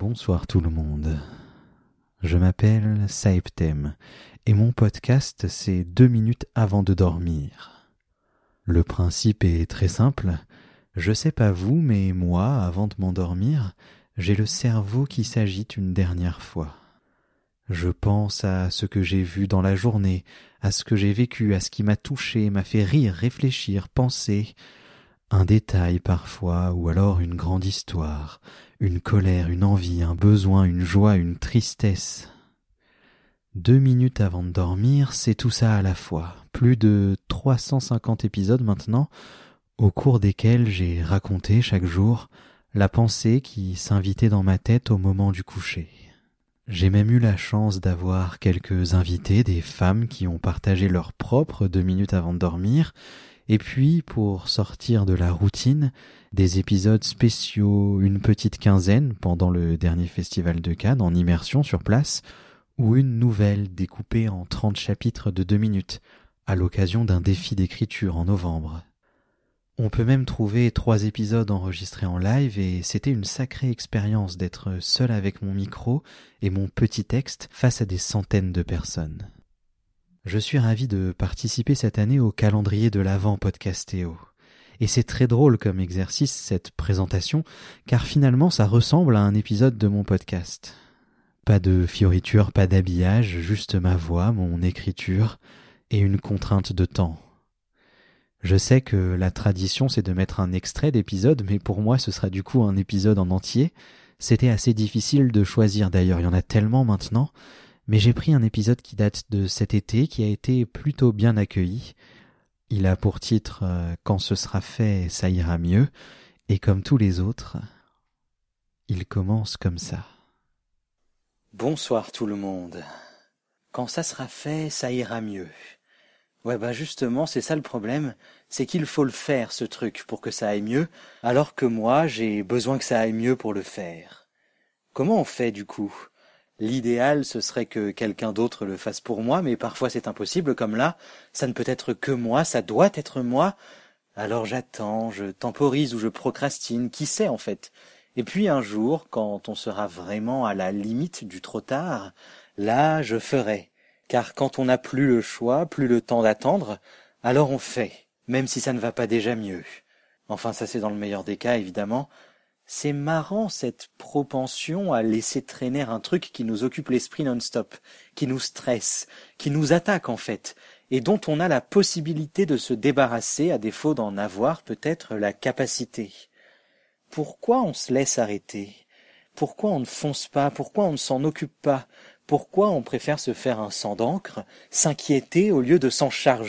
Bonsoir tout le monde. Je m'appelle Saeptem et mon podcast c'est 2 minutes avant de dormir. Le principe est très simple. Je sais pas vous, mais moi, avant de m'endormir, j'ai le cerveau qui s'agite une dernière fois. Je pense à ce que j'ai vu dans la journée, à ce que j'ai vécu, à ce qui m'a touché, m'a fait rire, réfléchir, penser. Un détail parfois, ou alors une grande histoire, une colère, une envie, un besoin, une joie, une tristesse. 2 minutes avant de dormir, c'est tout ça à la fois. Plus de 350 épisodes maintenant, au cours desquels j'ai raconté chaque jour la pensée qui s'invitait dans ma tête au moment du coucher. J'ai même eu la chance d'avoir quelques invités, des femmes qui ont partagé leurs propres 2 minutes avant de dormir, et puis, pour sortir de la routine, des épisodes spéciaux, une petite quinzaine pendant le dernier festival de Cannes en immersion sur place, ou une nouvelle découpée en 30 chapitres de 2 minutes, à l'occasion d'un défi d'écriture en novembre. On peut même trouver 3 épisodes enregistrés en live et c'était une sacrée expérience d'être seul avec mon micro et mon petit texte face à des centaines de personnes. Je suis ravi de participer cette année au calendrier de l'Avent Podcastéo. Et c'est très drôle comme exercice cette présentation, car finalement ça ressemble à un épisode de mon podcast. Pas de fioriture, pas d'habillage, juste ma voix, mon écriture et une contrainte de temps. Je sais que la tradition c'est de mettre un extrait d'épisode, mais pour moi ce sera du coup un épisode en entier. C'était assez difficile de choisir d'ailleurs, il y en a tellement maintenant. Mais j'ai pris un épisode qui date de cet été, qui a été plutôt bien accueilli. Il a pour titre « Quand ce sera fait, ça ira mieux » et comme tous les autres, il commence comme ça. Bonsoir tout le monde. Quand ça sera fait, ça ira mieux. Ouais justement, c'est ça le problème, c'est qu'il faut le faire ce truc pour que ça aille mieux, alors que moi j'ai besoin que ça aille mieux pour le faire. Comment on fait du coup ? L'idéal, ce serait que quelqu'un d'autre le fasse pour moi, mais parfois c'est impossible, comme là, ça ne peut être que moi, ça doit être moi. Alors j'attends, je temporise ou je procrastine, qui sait en fait. Et puis un jour, quand on sera vraiment à la limite du trop tard, là je ferai. Car quand on n'a plus le choix, plus le temps d'attendre, alors on fait, même si ça ne va pas déjà mieux. Enfin ça c'est dans le meilleur des cas évidemment. C'est marrant cette propension à laisser traîner un truc qui nous occupe l'esprit non-stop, qui nous stresse, qui nous attaque en fait, et dont on a la possibilité de se débarrasser à défaut d'en avoir peut-être la capacité. Pourquoi on se laisse arrêter ? Pourquoi on ne fonce pas ? Pourquoi on ne s'en occupe pas ? Pourquoi on préfère se faire un sang d'encre, s'inquiéter au lieu de s'en charger ?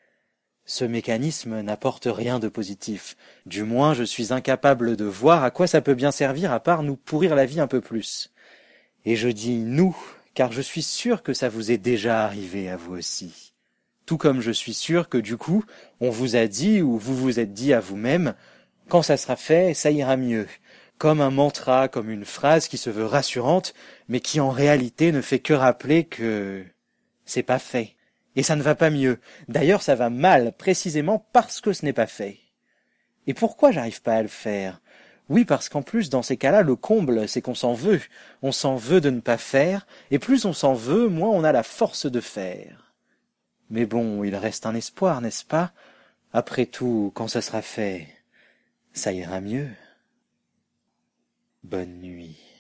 Ce mécanisme n'apporte rien de positif. Du moins, je suis incapable de voir à quoi ça peut bien servir à part nous pourrir la vie un peu plus. Et je dis « nous », car je suis sûr que ça vous est déjà arrivé à vous aussi. Tout comme je suis sûr que du coup, on vous a dit ou vous vous êtes dit à vous-même « quand ça sera fait, ça ira mieux ». Comme un mantra, comme une phrase qui se veut rassurante, mais qui en réalité ne fait que rappeler que c'est pas fait. Et ça ne va pas mieux. D'ailleurs, ça va mal, précisément parce que ce n'est pas fait. Et pourquoi j'arrive pas à le faire ? Oui, parce qu'en plus, dans ces cas-là, le comble, c'est qu'on s'en veut. On s'en veut de ne pas faire, et plus on s'en veut, moins on a la force de faire. Mais bon, il reste un espoir, n'est-ce pas ? Après tout, quand ça sera fait, ça ira mieux. Bonne nuit.